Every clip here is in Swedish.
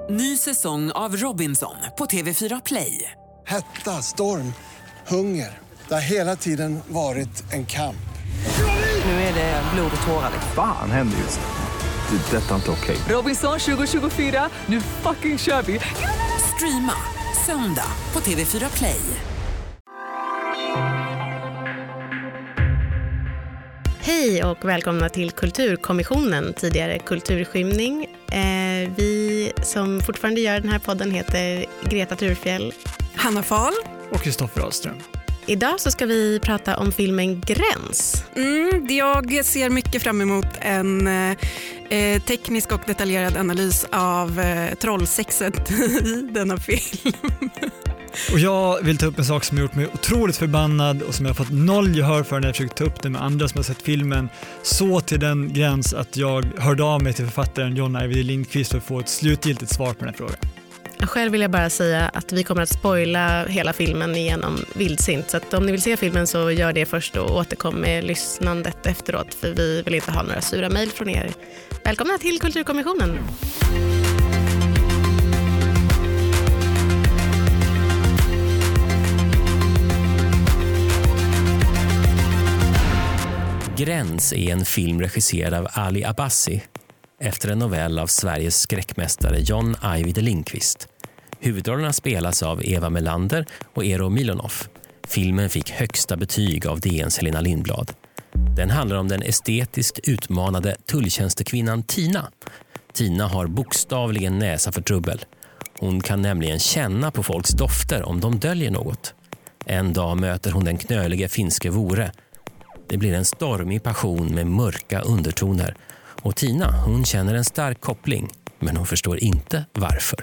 Ny säsong av Robinson på TV4 Play. Hetta, storm, hunger. Det har hela tiden varit en kamp. Nu är det blod och tårar. Fan händer just nu. Det. Detta är inte okej. Robinson 2024, nu fucking kör vi. Streama söndag på TV4 Play. Hej och välkomna till Kulturkommissionen, tidigare Kulturskymning. Vi som fortfarande gör den här podden heter Greta Thurfjell, Hanna Fahl och Kristoffer Ahlström. Idag så ska vi prata om filmen Gräns. Jag ser mycket fram emot en teknisk och detaljerad analys av trollsexet i denna film. Och jag vill ta upp en sak som har gjort mig otroligt förbannad och som jag har fått noll gehör för när jag försökt ta upp det med andra som har sett filmen, så till den gräns att jag hörde av mig till författaren John Ajvide Lindqvist för att få ett slutgiltigt svar på den här frågan. Själv vill jag bara säga att vi kommer att spoila hela filmen igenom vildsint, så att om ni vill se filmen så gör det först och återkom med lyssnandet efteråt, för vi vill inte ha några sura mejl från er. Välkomna till Kulturkommissionen! Gräns är en film regisserad av Ali Abbasi efter en novell av Sveriges skräckmästare John Ajvide Lindqvist. Huvudrollerna spelas av Eva Melander och Eero Milonov. Filmen fick högsta betyg av DNs Helena Lindblad. Den handlar om den estetiskt utmanade tulltjänstekvinnan Tina. Tina har bokstavligen näsa för trubbel. Hon kan nämligen känna på folks dofter om de döljer något. En dag möter hon den knöliga finske Vore. Det blir en stormig passion med mörka undertoner. Och Tina, hon känner en stark koppling, men hon förstår inte varför.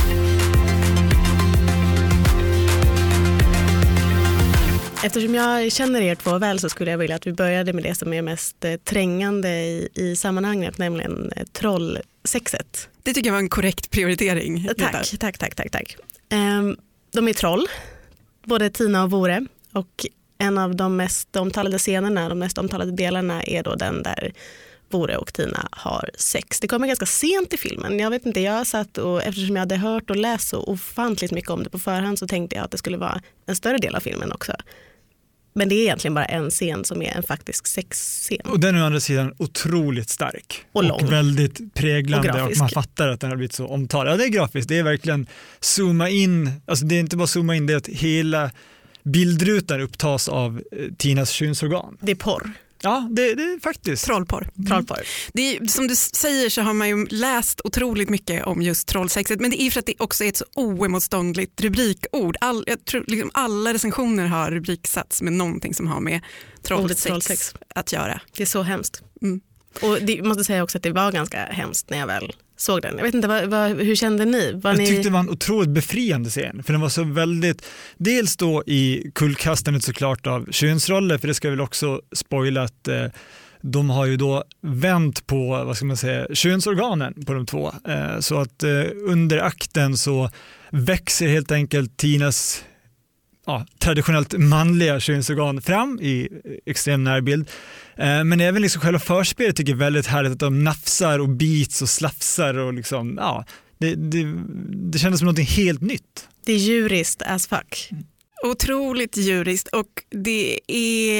Eftersom jag känner er två väl så skulle jag vilja att vi började med det som är mest trängande i sammanhanget, nämligen trollsexet. Det tycker jag var en korrekt prioritering. Tack. De är troll, både Tina och Vore, och en av de mest omtalade scenerna, de mest omtalade delarna är då den där Vore och Tina har sex. Det kommer ganska sent i filmen. Jag vet inte, jag satt och eftersom jag hade hört och läst så ofantligt mycket om det på förhand så tänkte jag att det skulle vara en större del av filmen också. Men det är egentligen bara en scen som är en faktisk sexscen. Och den är å andra sidan otroligt stark. Och lång. Och väldigt präglande och man fattar att den har blivit så omtalad. Ja, det är grafiskt. Det är verkligen zooma in. Alltså det är inte bara zooma in, det är att hela bildrutan upptas av Tinas könsorgan. Det är porr. Ja, det är faktiskt. Trollporr. Det är, som du säger så har man ju läst otroligt mycket om just trollsexet, men det är för att det också är ett så oemotståndligt rubrikord. Jag tror liksom alla recensioner har rubriksatts med någonting som har med trollsex att göra. Det är så hemskt. Och det måste säga också att det var ganska hemskt när jag väl såg den. Jag vet inte, hur kände ni? Jag tyckte det var en otroligt befriande scen, för den var så väldigt, dels då i kullkastandet såklart av könsroller, för det ska väl också spoila att de har ju då vänt på, vad ska man säga, könsorganen på de två. Så att under akten så växer helt enkelt Tinas traditionellt manliga könsorgan fram i extrem närbild. Men även liksom själva förspelet tycker jag är väldigt härligt, att de nafsar och bits och slafsar och liksom, det kändes som något helt nytt. Det är djuriskt as fuck. Otroligt djuriskt, och det är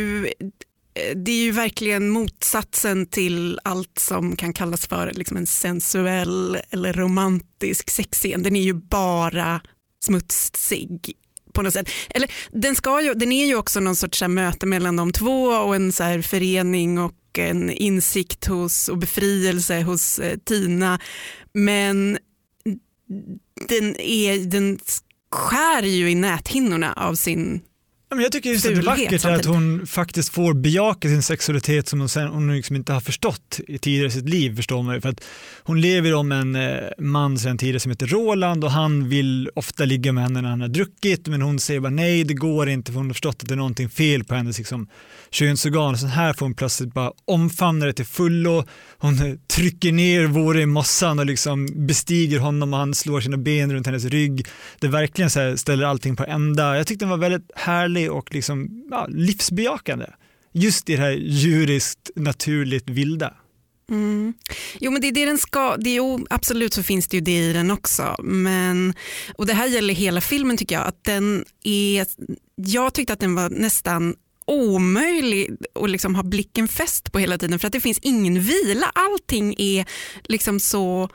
ju verkligen motsatsen till allt som kan kallas för liksom en sensuell eller romantisk sexscen. Den är ju bara smutsig på något sätt. Eller den är ju också någon sorts möte mellan de två och en så här förening och en insikt hos och befrielse hos Tina, men den skär ju i näthinnorna av sin. Men jag tycker just att det är vackert att hon faktiskt får bejaka sin sexualitet som hon liksom inte har förstått i tidigare sitt liv, förstår man ju. För att hon lever om en man sedan tidigare som heter Roland, och han vill ofta ligga med henne när han har druckit, men hon säger bara nej, det går inte, för hon har förstått att det är någonting fel på hennes liksom, könsorgan. Och så här får hon plötsligt bara omfamna det till fullo. Hon trycker ner Vore i mossan och liksom bestiger honom, och han slår sina ben runt hennes rygg. Det verkligen så här ställer allting på ända. Jag tyckte den var väldigt härlig och liksom, livsbejakande. Just i det här djuriskt, naturligt vilda. Jo, men det är det den ska. Absolut så finns det ju det i den också. Och det här gäller hela filmen tycker jag. Jag tyckte att den var nästan omöjlig att liksom ha blicken fäst på hela tiden. För att det finns ingen vila. Allting är liksom så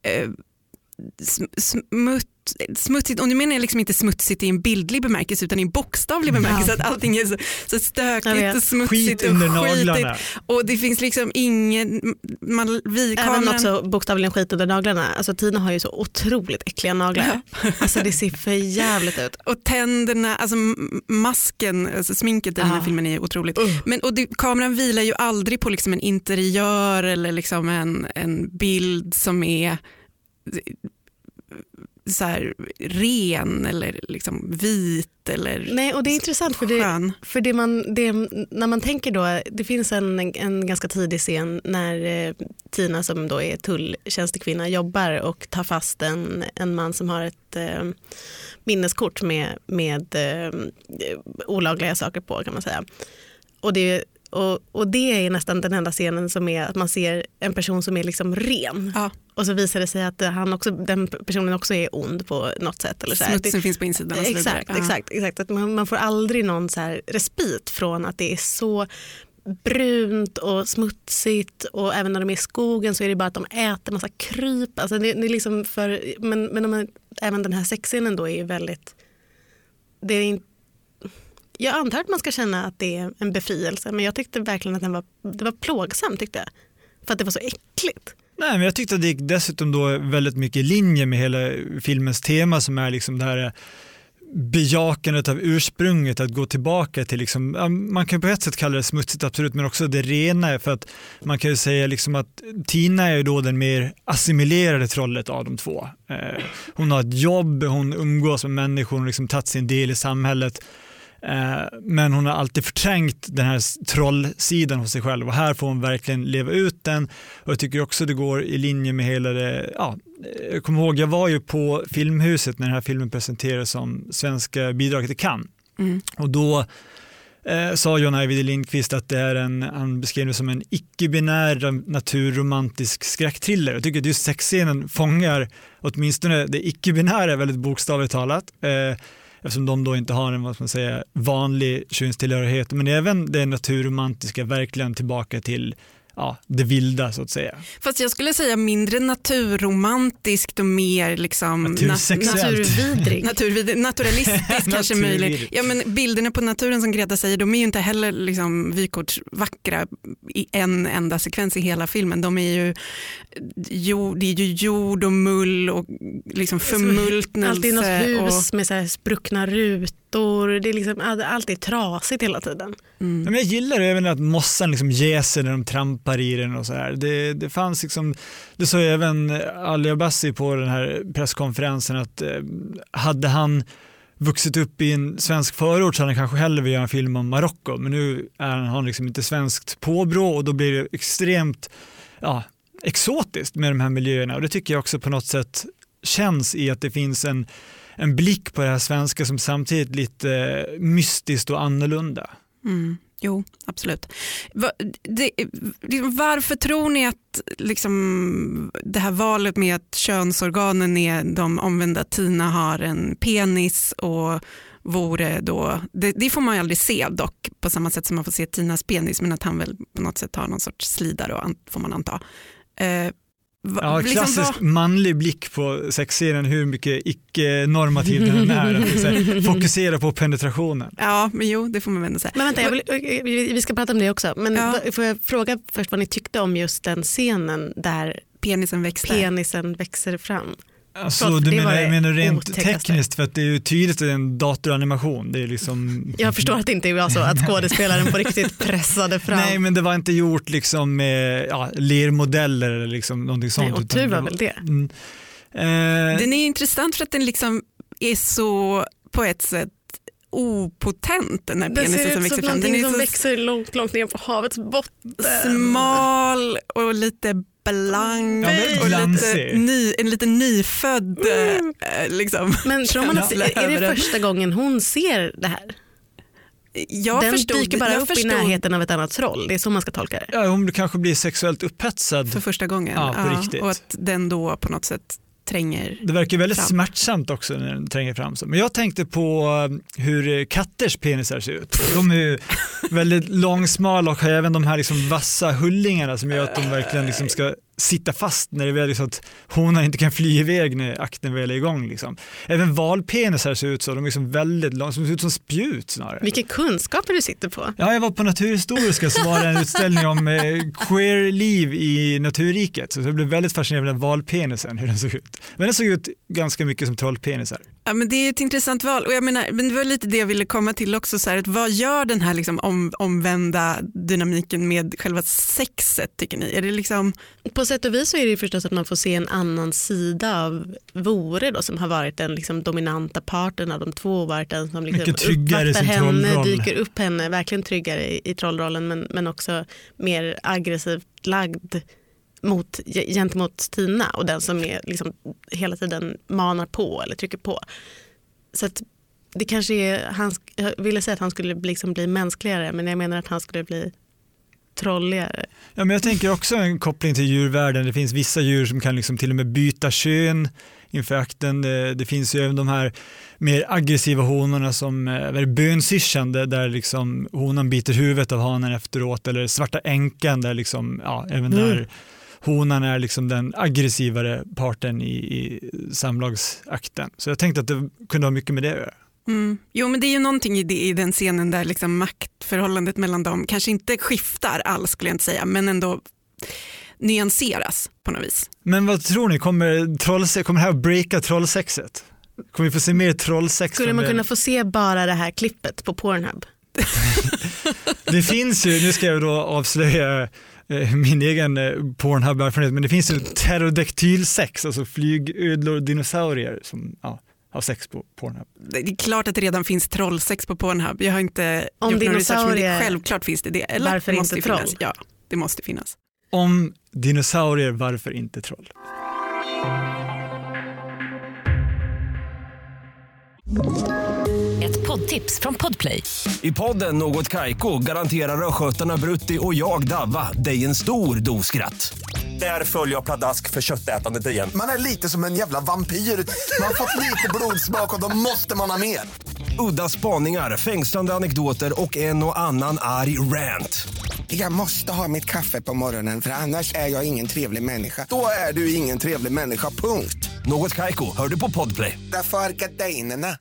smutsigt, och nu menar jag liksom inte smutsigt i en bildlig bemärkelse utan i en bokstavlig bemärkelse, att allting är så stökigt och smutsigt och skitigt och det finns liksom ingen även också bokstavligen skit under naglarna. Alltså Tina har ju så otroligt äckliga naglar. Alltså det ser för jävligt ut. Och tänderna, alltså masken, alltså sminket i den här filmen är otroligt. Kameran vilar ju aldrig på liksom en interiör eller liksom en bild som är så här ren eller liksom vit eller. Nej, och det är intressant för det när man tänker då, det finns en ganska tidig scen när Tina som då är tulltjänstekvinna jobbar och tar fast en man som har ett minneskort med olagliga saker på, kan man säga. Och det är nästan den enda scenen som är att man ser en person som är liksom ren. Ja. Och så visar det sig att den personen också är ond på något sätt. Eller så här. Smutsen finns på insidan. Exakt. Att man får aldrig någon så här respit från att det är så brunt och smutsigt, och även när de är i skogen så är det bara att de äter massa kryp. Alltså det är liksom men även den här sexscenen då är ju väldigt, det är inte. Jag antar att man ska känna att det är en befrielse, men jag tyckte verkligen att det var plågsamt, tyckte jag. För att det var så äckligt. Nej, men jag tyckte att det gick dessutom då väldigt mycket i linje med hela filmens tema, som är liksom det här bejakandet av ursprunget, att gå tillbaka till liksom, man kan på ett sätt kalla det smutsigt absolut, men också det rena, för att man kan ju säga liksom att Tina är ju då den mer assimilerade trollet av de två. Hon har ett jobb, hon umgås med människor, hon liksom tagit sin del i samhället. Men hon har alltid förträngt den här trollsidan hos sig själv, och här får hon verkligen leva ut den. Och jag tycker också det går i linje med hela det, jag kommer ihåg, jag var ju på Filmhuset när den här filmen presenterades som svenska bidraget till Cannes. Och då sa John Ajvide Lindqvist att det är han beskrev det som en icke-binär naturromantisk skräckthriller. Jag tycker att just sexscenen fångar åtminstone det icke-binära väldigt bokstavligt talat. Eftersom de då inte har en, vad ska man säga, vanlig könstillhörighet, men även det naturromantiska verkligen tillbaka till det vilda, så att säga. Fast jag skulle säga mindre naturromantiskt och mer liksom naturalistiskt kanske möjligt. Ja, men bilderna på naturen som Greta säger, de är ju inte heller liksom vykortsvackra i en enda sekvens i hela filmen. De är ju det är ju jord och mull och liksom förmultnelse. Alltid något hus med så här spruckna rutor. Det är liksom, allt är trasigt hela tiden. Men jag gillar även att mossan liksom jäser när de trampar i den och så här. Det fanns liksom, det sa även Ali Abbasi på den här presskonferensen, att hade han vuxit upp i en svensk förort så hade han kanske hellre vill göra en film om Marocko, men nu har han liksom inte svenskt påbrå, och då blir det extremt exotiskt med de här miljöerna, och det tycker jag också på något sätt känns i att det finns en blick på det här svenska som samtidigt lite mystiskt och annorlunda. Jo, absolut. Varför tror ni att liksom, det här valet med att könsorganen är de omvända, Tina har en penis och vore då, det får man ju aldrig se dock på samma sätt som man får se Tinas penis, men att han väl på något sätt har någon sorts slidare, får man anta. Klassisk manlig blick på sexscenen, hur mycket icke-normativ den är. Fokusera på penetrationen. Ja, men jo, det får man ändå säga. Men vänta, vi ska prata om det också. Men får jag fråga först vad ni tyckte om just den scenen där penisen växer fram? Alltså, du menar rent tekniskt, för att det är ju tydligt att det är en datoranimation. Det är liksom. Jag förstår att det inte var så att skådespelaren på riktigt pressade fram. Nej, men det var inte gjort liksom med lermodeller eller liksom någonting sånt. Nej, och tur var väl det. Den är intressant för att den liksom är så på ett sätt opotent, den här penisen som växer fram. Den är som växer långt ner på havets botten. Smal och lite blank och en lite nyfödd liksom. Men tror man att är det första gången hon ser det här? Den dyker bara upp i närheten av ett annat troll. Det är så man ska tolka det. Ja, om du kanske blir sexuellt upphetsad. För första gången. Ja, på riktigt. Och att den då på något sätt tränger. Det verkar väldigt fram. smärtsamt också när den tränger fram. Men jag tänkte på hur katters penisar ser ut. De är ju väldigt långsmala och har även de här liksom vassa hullingarna som gör att de verkligen liksom ska sitta fast när det väl är så att honan inte kan fly iväg när akten väl är igång. Liksom. Även valpenisar ser ut så. De är liksom väldigt långa, som ser ut som spjut snarare. Vilka kunskaper du sitter på. Ja, jag var på Naturhistoriska så var det en utställning om queer-liv i naturriket. Så jag blev väldigt fascinerad av den valpenisen, hur den såg ut. Men den såg ut ganska mycket som trollpenisar. Ja, men det är ett intressant val och jag menar, men det var lite det jag ville komma till också, så här, att vad gör den här liksom omvända dynamiken med själva sexet, tycker ni? Är det liksom... På sätt och vis så är det ju förstås att man får se en annan sida av Vore då, som har varit den liksom dominanta parten av de två, varit den som liksom uppvaktar henne, dyker upp henne, verkligen tryggare i trollrollen, men också mer aggressivt lagd gentemot Tina och den som är liksom hela tiden manar på eller trycker på. Så att det kanske är, jag ville säga att han skulle liksom bli mänskligare, men jag menar att han skulle bli trolligare. Ja, men jag tänker också en koppling till djurvärlden. Det finns vissa djur som kan liksom till och med byta kön inför akten. Det finns ju även de här mer aggressiva honorna som är bönsyschande, där liksom honan biter huvudet av hanen efteråt, eller svarta änkan där liksom, ja, även där honan är liksom den aggressivare parten i samlagsakten. Så jag tänkte att det kunde ha mycket med det att göra. Mm. Jo, men det är ju någonting i den scenen där liksom maktförhållandet mellan dem kanske inte skiftar alls, skulle jag inte säga, men ändå nyanseras på något vis. Men vad tror ni, kommer det här att breaka trollsexet? Kommer vi få se mer trollsex? Skulle man kunna få se bara det här klippet på Pornhub? Det finns ju, nu ska jag då avslöja min egen Pornhub-erfarenhet, men det finns ju pterodaktylsex, alltså flygödlor och dinosaurier som har sex på Pornhub. Det är klart att det redan finns trollsex på Pornhub. Jag har inte gjort någon research, men det självklart finns det. Eller varför måste inte troll? Finnas. Ja, det måste finnas. Om dinosaurier, varför inte troll? Ett poddtips från Podplay. I podden Något Kaiko garanterar röskötarna Brutti och jag Davva dig en stor doskratt. Där följer jag pladask för köttätandet igen. Man är lite som en jävla vampyr. Man har fått lite blodsmak och då måste man ha mer. Udda spaningar, fängslande anekdoter och en och annan arg rant. Jag måste ha mitt kaffe på morgonen, för annars är jag ingen trevlig människa. Då är du ingen trevlig människa, punkt. Något Kaiko, hör du på Podplay. Därför är gardinerna.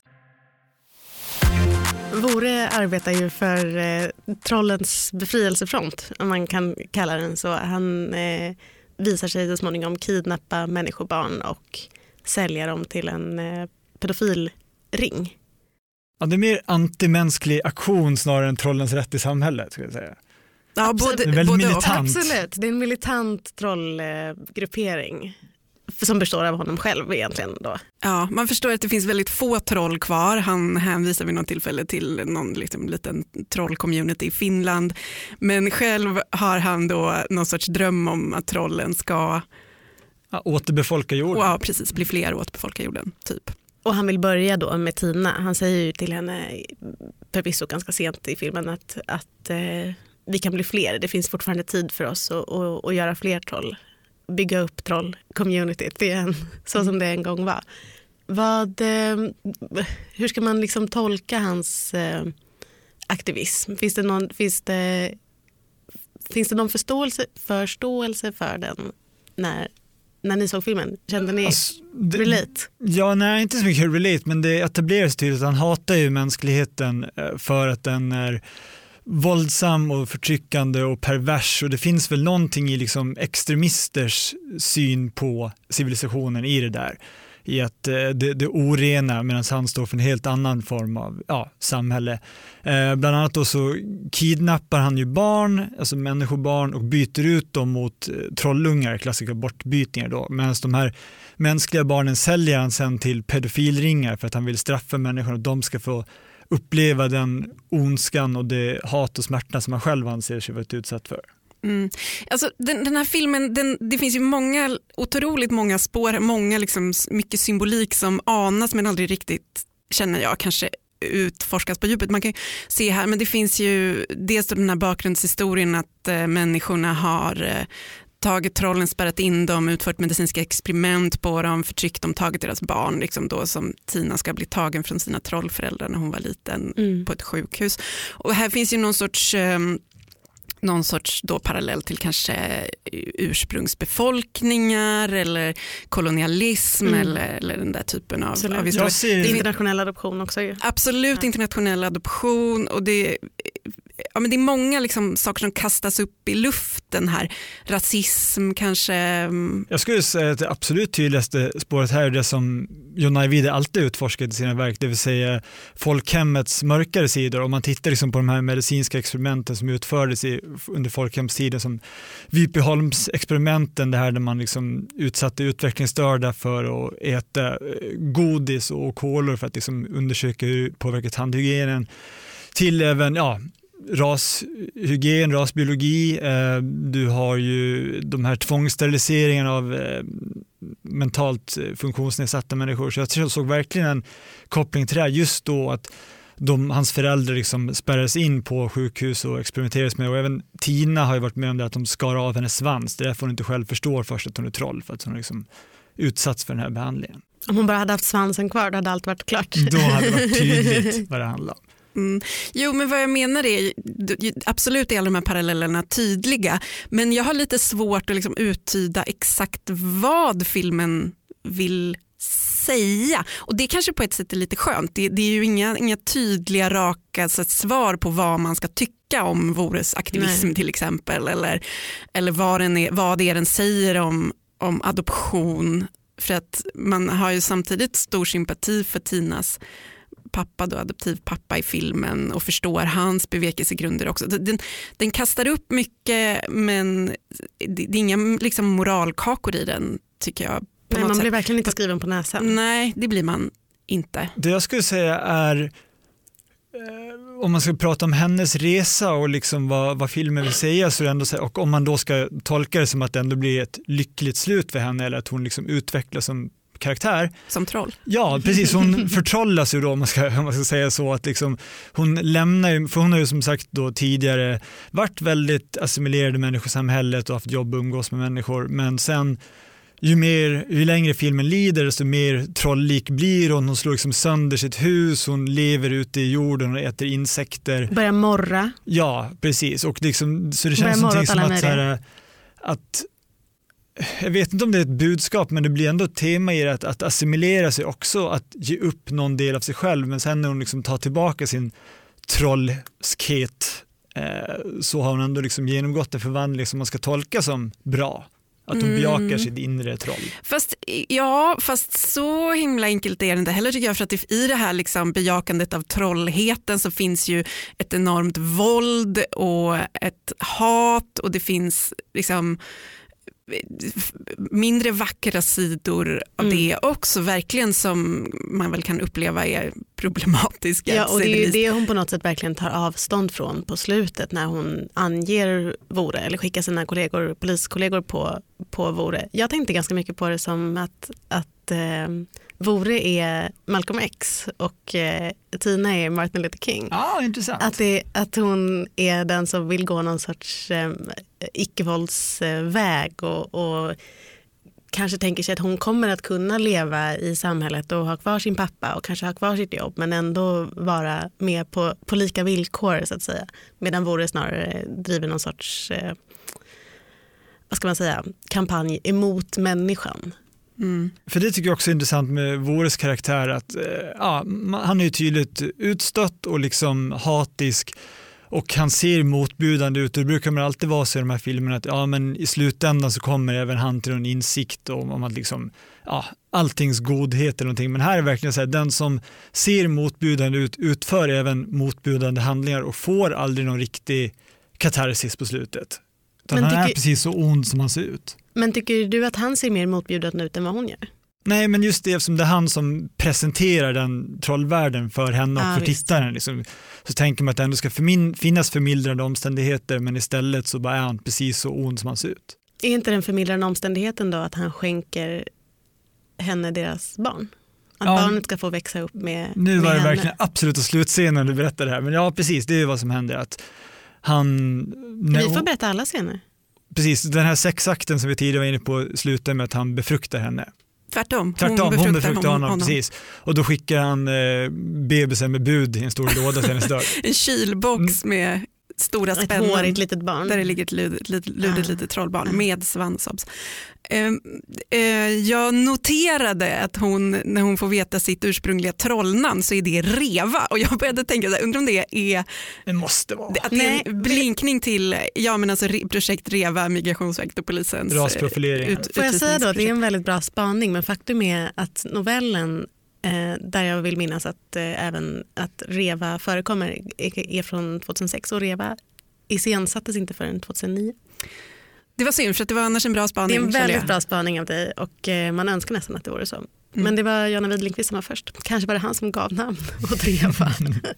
Vore arbetar ju för trollens befrielsefront, om man kan kalla den så. Han visar sig så småningom kidnappa människobarn och sälja dem till en pedofilring. Ja, det är mer antimänsklig aktion snarare än trollens rätt i samhället, skulle jag säga. Ja, det är väldigt militant. Absolut, det är en militant trollgruppering som består av honom själv egentligen då. Ja, man förstår att det finns väldigt få troll kvar. Han hänvisar vid något tillfälle till någon liksom liten trollcommunity i Finland. Men själv har han då någon sorts dröm om att trollen ska återbefolka jorden. Ja, precis, bli fler och återbefolka jorden, typ. Och han vill börja då med Tina. Han säger ju till henne förvisso ganska sent i filmen att vi kan bli fler. Det finns fortfarande tid för oss att göra fler troll. Bygga upp troll-communityt igen, så som det en gång var. Hur ska man liksom tolka hans aktivism? Finns det någon förståelse för den när ni såg filmen? Kände ni relate? Ja, nej, inte så mycket relate, men det etableras tydligt att han hatar ju mänskligheten för att den är våldsam och förtryckande och pervers, och det finns väl någonting i liksom extremisters syn på civilisationen i det där, i att det orena, medan han står för en helt annan form av samhälle. Bland annat då så kidnappar han ju barn, alltså människobarn, och byter ut dem mot trollungar, klassiska bortbytningar då, medan de här mänskliga barnen säljer han sen till pedofilringar för att han vill straffa människor och de ska få uppleva den ondskan och det hat och smärta som man själv anser sig varit utsatt för. Mm. Alltså, den här filmen, det finns ju otroligt många spår, många liksom, mycket symbolik som anas men aldrig riktigt, känner jag, kanske utforskas på djupet. Man kan se här, men det finns ju dels den här bakgrundshistorien att människorna har tagit trollen, spärrat in dem, utfört medicinska experiment på dem, förtryckt dem, tagit deras barn, liksom då som Tina ska bli tagen från sina trollföräldrar när hon var liten på ett sjukhus. Och här finns ju någon sorts då parallell till kanske ursprungsbefolkningar eller kolonialism eller den där typen av historia. Jag ser internationell adoption också ju. Absolut, internationell adoption, och det är många liksom saker som kastas upp i luften här. Rasism kanske. Jag skulle säga att det absolut tydligaste spåret här är det som John Ajvide alltid utforskat i sina verk, det vill säga folkhemmets mörkare sidor. Om man tittar liksom på de här medicinska experimenten som utfördes under folkhemstiden, som Vipeholms-experimenten, det här där man liksom utsatte utvecklingsstörda för att äta godis och kolor för att liksom undersöka hur påverkat tandhygienen, till även rashygien, rasbiologi. Du har ju de här tvångssteriliseringarna av mentalt funktionsnedsatta människor. Så jag såg verkligen en koppling till det här, just då att hans föräldrar liksom spärrades in på sjukhus och experimenterades med. Och även Tina har ju varit med om det, att de skar av hennes svans. Det är därför hon inte själv förstår först att hon är troll, för att hon liksom utsatts för den här behandlingen. Om hon bara hade haft svansen kvar, då hade allt varit klart. Då hade det varit tydligt vad det handlar om. Jo, men vad jag menar är absolut är alla de här parallellerna tydliga, men jag har lite svårt att liksom uttyda exakt vad filmen vill säga, och det kanske på ett sätt är lite skönt. Det är ju inga tydliga raka svar på vad man ska tycka om Vores aktivism till exempel, eller vad det är den säger om adoption, för att man har ju samtidigt stor sympati för Tinas pappa då, adoptivpappa i filmen, och förstår hans bevekelsegrunder också. Den kastar upp mycket, men det är inga liksom moralkakor i den, tycker jag. Nej, man blir verkligen inte skriven på näsan. Nej, det blir man inte. Det jag skulle säga är, om man ska prata om hennes resa och liksom vad filmen vill säga, så ändå, och om man då ska tolka det som att det ändå blir ett lyckligt slut för henne, eller att hon liksom utvecklas som karaktär. Som troll. Ja, precis. Hon förtrollas ju då, om man ska säga så, att liksom, hon lämnar ju, för hon har ju som sagt då tidigare varit väldigt assimilerad i människosamhället och haft jobb och umgås med människor, men sen ju längre filmen lider, desto mer trolllik blir hon. Hon slår liksom sönder sitt hus, hon lever ute i jorden och äter insekter. Börjar morra. Ja, precis. Och liksom, så det känns någonting som att jag vet inte om det är ett budskap, men det blir ändå ett tema i det, att assimilera sig också, att ge upp någon del av sig själv, men sen när hon liksom tar tillbaka sin trollskhet, så har hon ändå liksom genomgått en förvandling som man ska tolka som bra. Att hon bejakar sitt inre troll. Fast så himla enkelt är det inte heller, tycker jag, för att i det här liksom bejakandet av trollheten så finns ju ett enormt våld och ett hat, och det finns liksom mindre vackra sidor av det också, verkligen, som man väl kan uppleva är problematiska. Ja, och det är ju det hon på något sätt verkligen tar avstånd från på slutet, när hon anger Vore, eller skickar sina poliskollegor på Vore. Jag tänkte ganska mycket på det som att Vore är Malcolm X och Tina är Martin Luther King. Ja, intressant. Att hon är den som vill gå någon sorts icke-våldsväg och kanske tänker sig att hon kommer att kunna leva i samhället och ha kvar sin pappa och kanske ha kvar sitt jobb, men ändå vara med på lika villkor, så att säga. Medan Vore snarare driver någon sorts vad ska man säga, kampanj emot människan. För det tycker jag också är intressant med Vores karaktär, att han är ju tydligt utstött och liksom hatisk, och han ser motbjudande ut, och det brukar man alltid vara så i de här filmerna, att men i slutändan så kommer även han till en insikt om att liksom, alltings godhet eller någonting. Men här är verkligen så här, den som ser motbjudande ut utför även motbjudande handlingar och får aldrig någon riktig katarsis på slutet. Han är precis så ond som han ser ut. Men tycker du att han ser mer motbjudande ut än vad hon gör? Nej, men just det, som det är han som presenterar den trollvärlden för henne och för tittaren. Liksom, så tänker man att det ändå ska finnas förmildrande omständigheter, men istället så bara är han precis så ond som han ser ut. Är inte den förmildrande omständigheten då att han skänker henne deras barn? Att barnet ska få växa upp med Nu var med det henne. verkligen absoluta slutscenen du berättade här. Men ja, precis, det är vad som händer. Att Vi får berätta alla scener. Precis, den här sexakten som vi tidigare var inne på slutar med att han befruktar henne. Tvärtom, hon befruktar honom. Precis. Och då skickar han bebisen med bud i en stor låda till hennes dörr. En kylbox med stora spännen. Ett hårigt litet barn. Där det ligger ett ludigt litet trollbarn med svansabs. Jag noterade att när hon får veta sitt ursprungliga trollnamn så är det Reva. Och jag började tänka, undrar om det är... Det måste vara. Att det är en blinkning till projekt Reva, Migrationsverket och polisens rasprofilering. Får jag säga då, det är en väldigt bra spaning, men faktum är att novellen där jag vill minnas att även att Reva förekommer är från 2006 och Reva iscensattes inte förrän 2009. Det var synd, för att det var annars en bra spaning. Det är en väldigt bra spaning av dig och man önskar nästan att det vore så. Men det var Jan Ajvide Lindqvist som var först. Kanske var det han som gav namn åt Reva.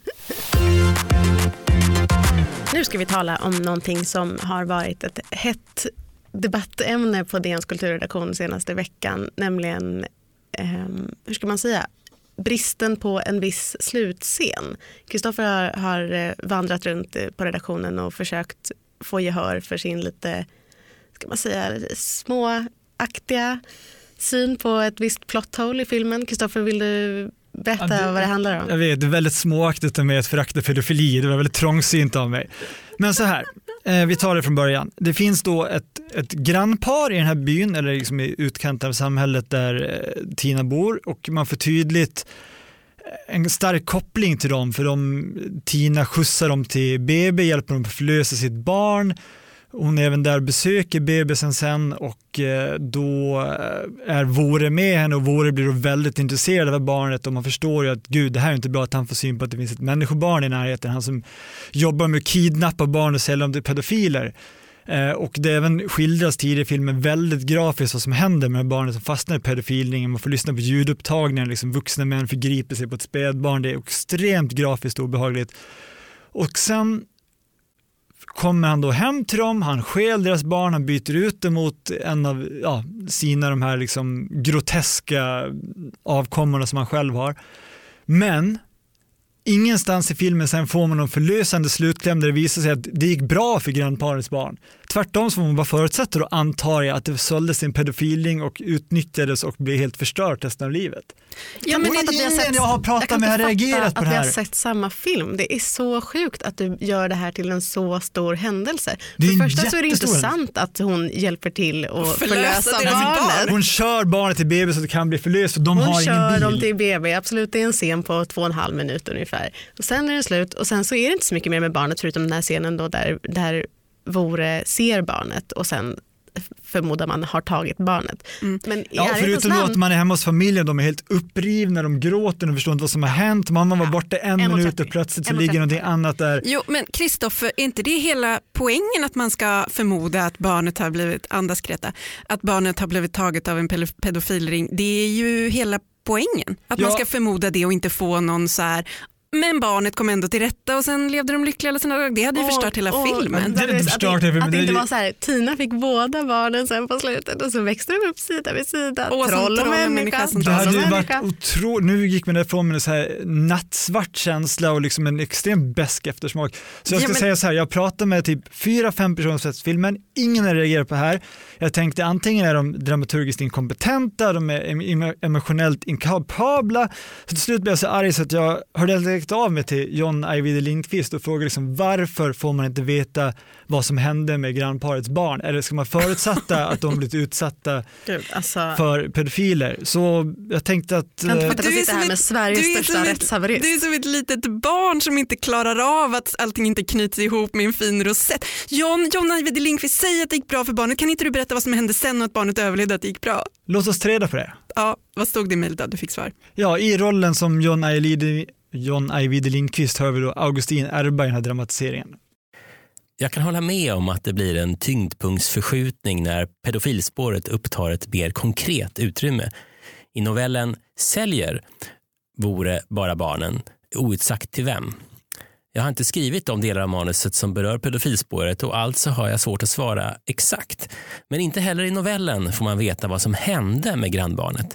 Nu ska vi tala om någonting som har varit ett hett debattämne på DNs kulturredaktion senaste veckan, nämligen hur ska man säga, bristen på en viss slutscen. Kristoffer har vandrat runt på redaktionen och försökt få gehör för sin lite, ska man säga, småaktiga syn på ett visst plot hole i filmen. Kristoffer, vill du berätta vad det handlar om? Jag vet, det är väldigt småaktigt med ett förakta pedofili. Det var väldigt trångsynt av mig. Men så här, vi tar det från början. Det finns då ett grannpar i den här byn, eller liksom i utkanten av samhället där Tina bor, och man får tydligt en stark koppling till dem, för Tina skjutsar dem till BB, hjälper dem att förlösa sitt barn. Hon är även där och besöker bebisen sen, och då är Vore med henne, och Vore blir då väldigt intresserad av barnet, och man förstår ju att gud, det här är inte bra att han får syn på att det finns ett människobarn i närheten, han som jobbar med att kidnappa barn och sälja dem till pedofiler. Och det även skildras tidigare i filmen väldigt grafiskt vad som händer med barnet som fastnar i pedofilningen. Man får lyssna på ljudupptagningar, liksom vuxna män förgriper sig på ett spädbarn. Det är extremt grafiskt och obehagligt. Och sen kommer han då hem till dem, han stjäl deras barn, han byter ut det mot en av sina de här liksom groteska avkommorna som han själv har. Men ingenstans i filmen sen får man någon förlösande slutkläm där det visar sig att det gick bra för grannparets barn. Tvärtom så får man bara förutsätta och antar jag att det såldes en pedofilning och utnyttjades och blev helt förstört resten av livet. Ja, men jag har pratat med har reagerat på det här. Att vi har sett samma film. Det är så sjukt att du gör det här till en så stor händelse. Det för första så är det inte sant att hon hjälper till att förlösa barnet. Hon kör barnet till BB så att det kan bli förlöst, och de har ingen bil. Hon kör dem till BB, absolut, det är en scen på 2,5 minuter ungefär. Och sen är det slut, och sen så är det inte så mycket mer med barnet förutom den här scenen då där Vore ser barnet och sen förmodar man har tagit barnet. Men förutom då att man är hemma hos familjen, de är helt upprivna, de gråter och förstår inte vad som har hänt. Mamma var borta 1 minut och plötsligt så ligger någonting annat där. Jo, men Kristoffer, är inte det hela poängen att man ska förmoda att barnet har blivit, att barnet har blivit taget av en pedofilring? Det är ju hela poängen. Att man ska förmoda det och inte få någon så här, men barnet kom ändå till rätta och sen levde de lyckliga alla sina dagar. Det hade ju förstört hela filmen. Att det inte var så här, Tina fick båda barnen sen på slutet och så växte de upp sida vid sida. Troll och människa. Det hade ju varit otroligt. Nu gick man därifrån med en så här nattsvart känsla och liksom en extremt besk eftersmak. Så jag ska säga så här, jag pratade med typ 4-5 personer som sett filmen. Ingen har reagerat på det här. Jag tänkte antingen är de dramaturgiskt inkompetenta, de är emotionellt inkapabla. Så till slut blev jag så arg så att jag hörde av mig till Jan Ajvide Lindqvist och frågade liksom, varför får man inte veta vad som hände med grannparets barn? Eller ska man förutsätta att de blivit utsatta för pedofiler? Så jag tänkte att... Du är som här med Sveriges största rättshaverist. Du är som ett litet barn som inte klarar av att allting inte knyts ihop med en fin rosett. Jan Ajvide Lindqvist, säg att det gick bra för barnet. Kan inte du berätta vad som hände sen och att barnet överlevde, att det gick bra? Låt oss träda för det. Ja, vad stod det i mejlet då? Du fick svar. Ja, i rollen som Jan Ajvide Lindqvist hör vi då Augustin Erba i den här dramatiseringen. Jag kan hålla med om att det blir en tyngdpunktsförskjutning när pedofilspåret upptar ett mer konkret utrymme. I novellen Säljer Vore bara barnen, outsagt till vem? Jag har inte skrivit de delar av manuset som berör pedofilspåret och alltså har jag svårt att svara exakt. Men inte heller i novellen får man veta vad som hände med grannbarnet.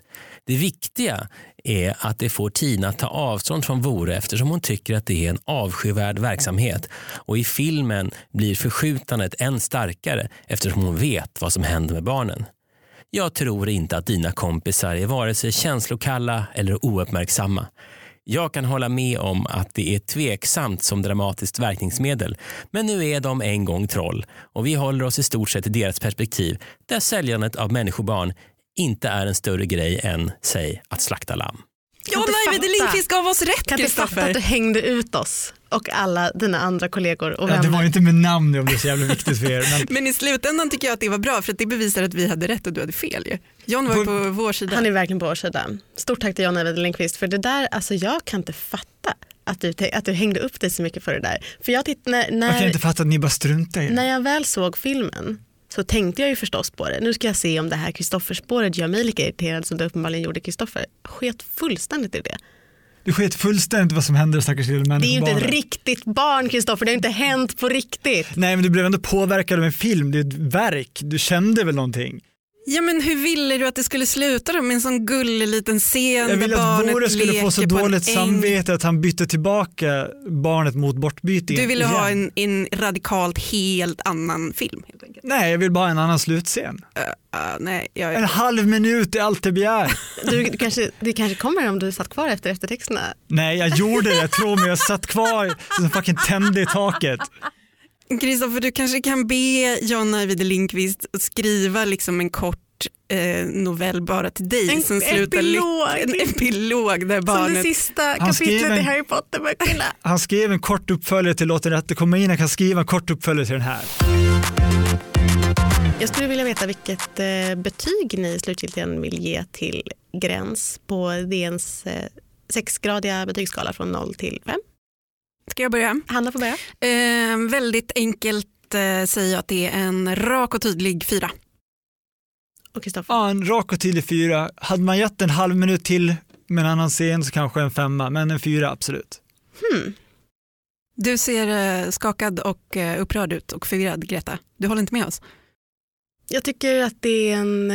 Det viktiga är att det får Tina ta avstånd från Vore eftersom hon tycker att det är en avskyvärd verksamhet. Och i filmen blir förskjutandet än starkare eftersom hon vet vad som händer med barnen. Jag tror inte att dina kompisar är vare sig känslokalla eller ouppmärksamma. Jag kan hålla med om att det är tveksamt som dramatiskt verkningsmedel, men nu är de en gång troll och vi håller oss i stort sett i deras perspektiv där säljandet av människobarn inte är en större grej än, säg, att slakta lamm. Ja, Ajvide Lindqvist gav oss rätt, Kan du fatta att du hängde ut oss och alla dina andra kollegor och vänner? Det var inte med namn om det är så jävla viktigt för er. Men i slutändan tycker jag att det var bra för att det bevisar att vi hade rätt och du hade fel. Ju. John var på vår sida. Han är verkligen på vår sida. Stort tack till John Ajvide Lindqvist för det där, alltså jag kan inte fatta att du hängde upp dig så mycket för det där. För jag kan inte fatta att ni bara struntar i det. När jag väl såg filmen så tänkte jag ju förstås på det. Nu ska jag se om det här Kristoffer-spåret gör mig lika irriterad som det uppenbarligen gjorde Kristoffer. Sket fullständigt i det. Du sket fullständigt vad som händer stackars lilla människobarn. Det är ju inte ett riktigt barn, Kristoffer. Det har inte hänt på riktigt. Nej, men du blev ändå påverkad av en film. Det är ett verk. Du kände väl någonting? Ja, men hur ville du att det skulle sluta då med en sån gullig liten scen? Jag ville att Vore skulle få så dåligt samvete att han bytte tillbaka barnet mot bortbytingen. Du ville ha en radikalt helt annan film helt enkelt. Nej, jag vill bara ha en annan slutscen. Nej, en halv minut är allt jag begär. Det kanske kommer om du satt kvar efter eftertexterna. Nej, jag gjorde det. Jag tror mig. Jag satt kvar som fucking tände i taket. Kristoffer, du kanske kan be John Ajvide Lindqvist att skriva liksom en kort novell bara till dig. En epilog där barnet... Som det sista kapitlet i Harry Potter-böckerna. Han skrev en kort uppföljare till Låt den rätte komma in. Han kan skriva en kort uppföljare till den här. Jag skulle vilja veta vilket betyg ni slutgiltigen vill ge till Gräns på DNs 6-gradiga betygsskala från 0 till 5. Ska jag börja? Hanna får börja. Väldigt enkelt säger jag att det är en rak och tydlig 4. Och Kristoffer? Ja, en rak och tydlig 4. Hade man gett en halv minut till med en annan scen så kanske en 5, men en 4 absolut. Du ser skakad och upprörd ut och förvirrad, Greta. Du håller inte med oss? Jag tycker att det är en...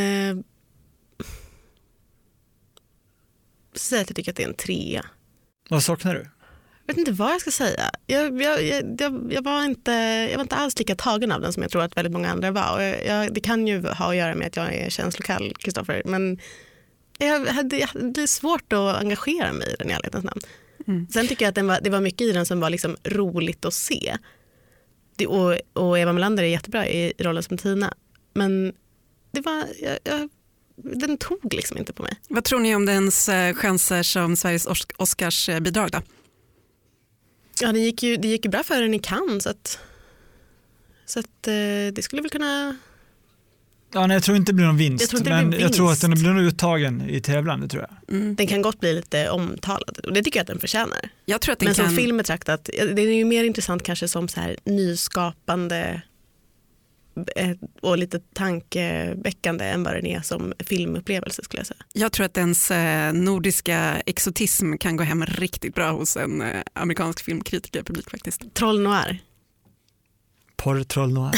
Jag tycker att det är en 3. Vad saknar du? Jag vet inte vad jag ska säga. Jag var inte alls lika tagen av den som jag tror att väldigt många andra var. Och det kan ju ha att göra med att jag är känslokall, Kristoffer. Men det är svårt att engagera mig i den i ärlighetens namn. Sen tycker jag att det var mycket i den som var liksom roligt att se. Och Eva Melander är jättebra i rollen som Tina. Men det var... den tog liksom inte på mig. Vad tror ni om dens chanser som Sveriges Oscarsbidrag då? Ja, det gick ju bra för den i Cannes så att det skulle väl kunna... Ja, nej, jag tror inte det blir någon vinst. Jag tror att den blir nog uttagen i tävlan, det tror jag. Den kan gott bli lite omtalad och det tycker jag att den förtjänar. Jag tror att men som film betraktat, det är ju mer intressant kanske som så här nyskapande och lite tankeväckande än vad den är som filmupplevelse skulle jag säga. Jag tror att dens nordiska exotism kan gå hem riktigt bra hos en amerikansk filmkritikerpublik faktiskt. Troll noir. Porrtroll noir.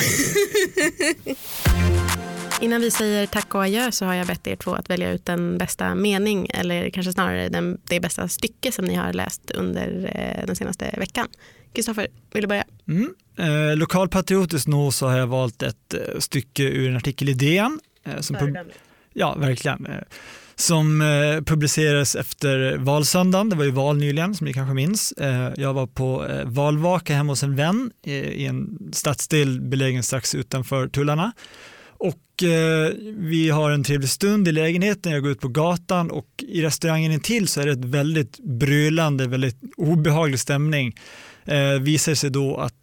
Innan vi säger tack och adjö så har jag bett er två att välja ut den bästa mening eller kanske snarare det bästa stycke som ni har läst under den senaste veckan. Kristoffer, vill du börja? Lokalpatriotiskt nog så har jag valt ett stycke ur en artikel i DN. Ja, verkligen. Som publicerades efter valsöndagen. Det var ju val nyligen som ni kanske minns. Jag var på valvaka hemma hos en vän i en stadsdel belägen strax utanför tullarna. Och vi har en trevlig stund i lägenheten. Jag går ut på gatan och i restaurangen intill så är det ett väldigt brölande, väldigt obehaglig stämning. Visar sig då att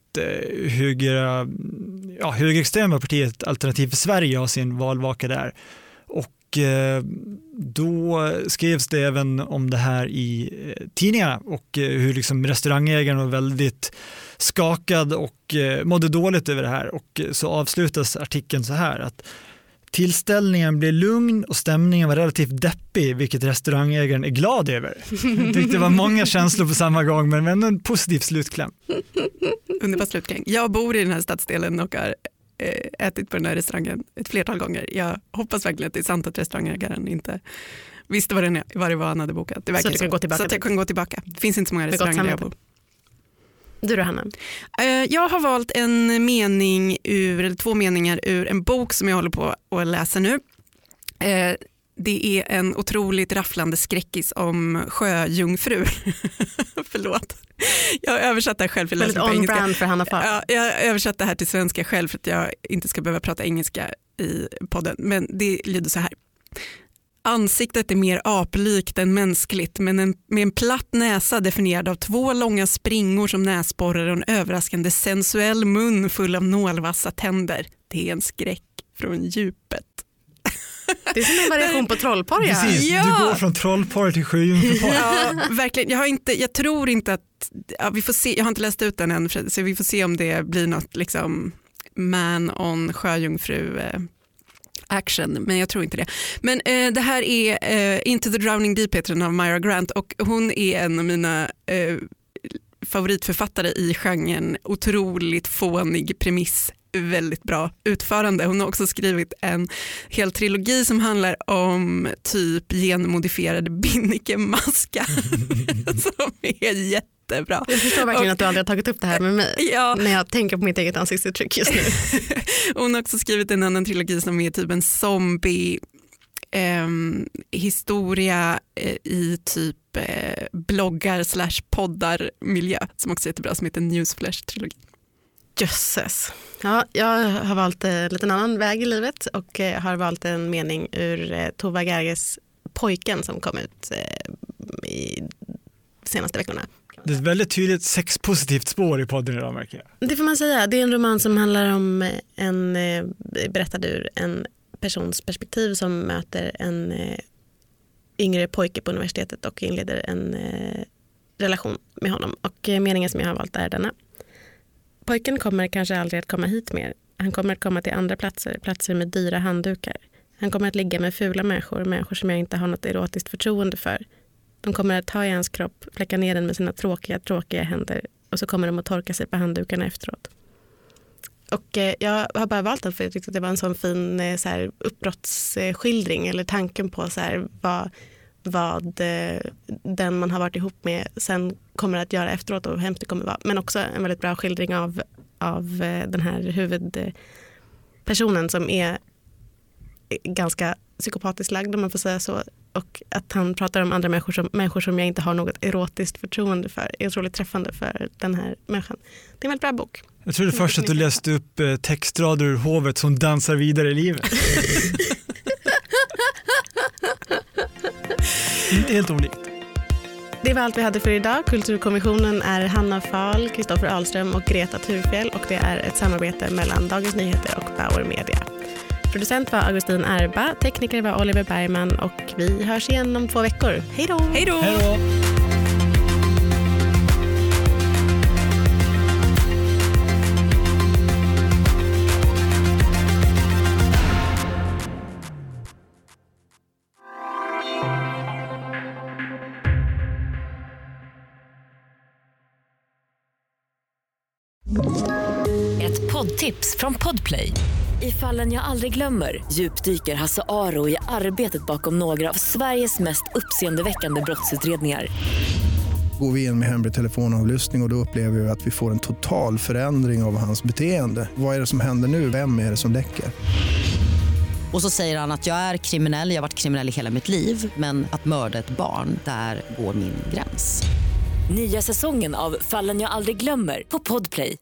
högerextrema partiet Alternativ för Sverige har sin valvaka där. Och då skrevs det även om det här i tidningarna och hur liksom restaurangägaren var väldigt skakad och mådde dåligt över det här. Och så avslutas artikeln så här att tillställningen blev lugn och stämningen var relativt deppig, vilket restaurangägaren är glad över. Jag tyckte det var många känslor på samma gång, men ändå en positiv slutkläm. Underbar slutkläm. Jag bor i den här stadsdelen och har ätit på den här restaurangen ett flertal gånger. Jag hoppas verkligen att det är sant att restaurangägaren inte visste vad det var han hade bokat. Det så att du kan gå tillbaka. Så att jag kan gå tillbaka. Det finns inte så många restauranger där jag bor. Du då, Hanna? Jag har valt två meningar ur en bok som jag håller på att läsa nu. Det är en otroligt rafflande skräckis om sjöjungfru. Förlåt. Jag har översatt det här själv. Väldigt on-brand för Hanna Fahl. Ja, jag har översatt det här till svenska själv för att jag inte ska behöva prata engelska i podden. Men det lyder så här. Ansiktet är mer aplikt än mänskligt, men med en platt näsa definierad av 2 långa springor som näsborrar och en överraskande sensuell mun full av nålvassa tänder. Det är en skräck från djupet. Det är som en variation på trollpar. Ja. Precis, du går från trollpar till sjöjungfrupar. Ja, verkligen. Jag tror inte att... Ja, vi får se, jag har inte läst ut den än, så vi får se om det blir något liksom man on sjöjungfru action, men jag tror inte det. Men det här är Into the Drowning Deep heter den av Myra Grant och hon är en av mina favoritförfattare i genren. Otroligt fånig premiss, väldigt bra utförande. Hon har också skrivit en hel trilogi som handlar om typ genmodifierade binnikemaskar som är jättebra. Jag förstår verkligen att du aldrig har tagit upp det här med mig när jag tänker på mitt eget ansiktsuttryck just nu. Hon har också skrivit en annan trilogi som är typ en zombie historia i typ bloggar / poddar miljö som också är jättebra, som heter Newsflash-trilogi. Jösses. Ja, jag har valt en liten annan väg i livet och har valt en mening ur Tova Gerges Pojken som kom ut i senaste veckorna. Det är ett väldigt tydligt sexpositivt spår i podden idag, märker jag. Det får man säga. Det är en roman som handlar om berättad ur en persons perspektiv som möter en yngre pojke på universitetet och inleder en relation med honom. Och meningen som jag har valt är denna. Pojken kommer kanske aldrig att komma hit mer. Han kommer att komma till andra platser med dyra handdukar. Han kommer att ligga med fula människor som jag inte har något erotiskt förtroende för. De kommer att ta i hans kropp, fläcka ner den med sina tråkiga händer och så kommer de att torka sig på handdukarna efteråt. Och jag har bara valt den för jag tyckte att det var en sån fin så här, uppbrottsskildring eller tanken på så här, vad den man har varit ihop med sen kommer att göra efteråt och hur hemskt det kommer vara. Men också en väldigt bra skildring av den här huvudpersonen som är ganska psykopatiskt lagd om man får säga så. Och att han pratar om andra människor som jag inte har något erotiskt förtroende för är otroligt träffande för den här människan. Det är en väldigt bra bok. Jag trodde först att du läste upp textrader ur hovet som dansar vidare i livet. Inte helt olikt. Det var allt vi hade för idag. Kulturkommissionen är Hanna Fahl, Kristoffer Ahlström och Greta Thurfjell och det är ett samarbete mellan Dagens Nyheter och Bauer Media. Producent var Augustin Erba, tekniker var Oliver Bergman och vi hörs igen om 2 veckor. Hej då! Hej då! Hej då! Ett poddtips från Podplay. I Fallen jag aldrig glömmer djupdyker Hasse Aro i arbetet bakom några av Sveriges mest uppseendeväckande brottsutredningar. Går vi in med hemlig telefonavlyssning och då upplever vi att vi får en total förändring av hans beteende. Vad är det som händer nu? Vem är det som läcker? Och så säger han att jag är kriminell, jag har varit kriminell i hela mitt liv. Men att mörda ett barn, där går min gräns. Nya säsongen av Fallen jag aldrig glömmer på Podplay.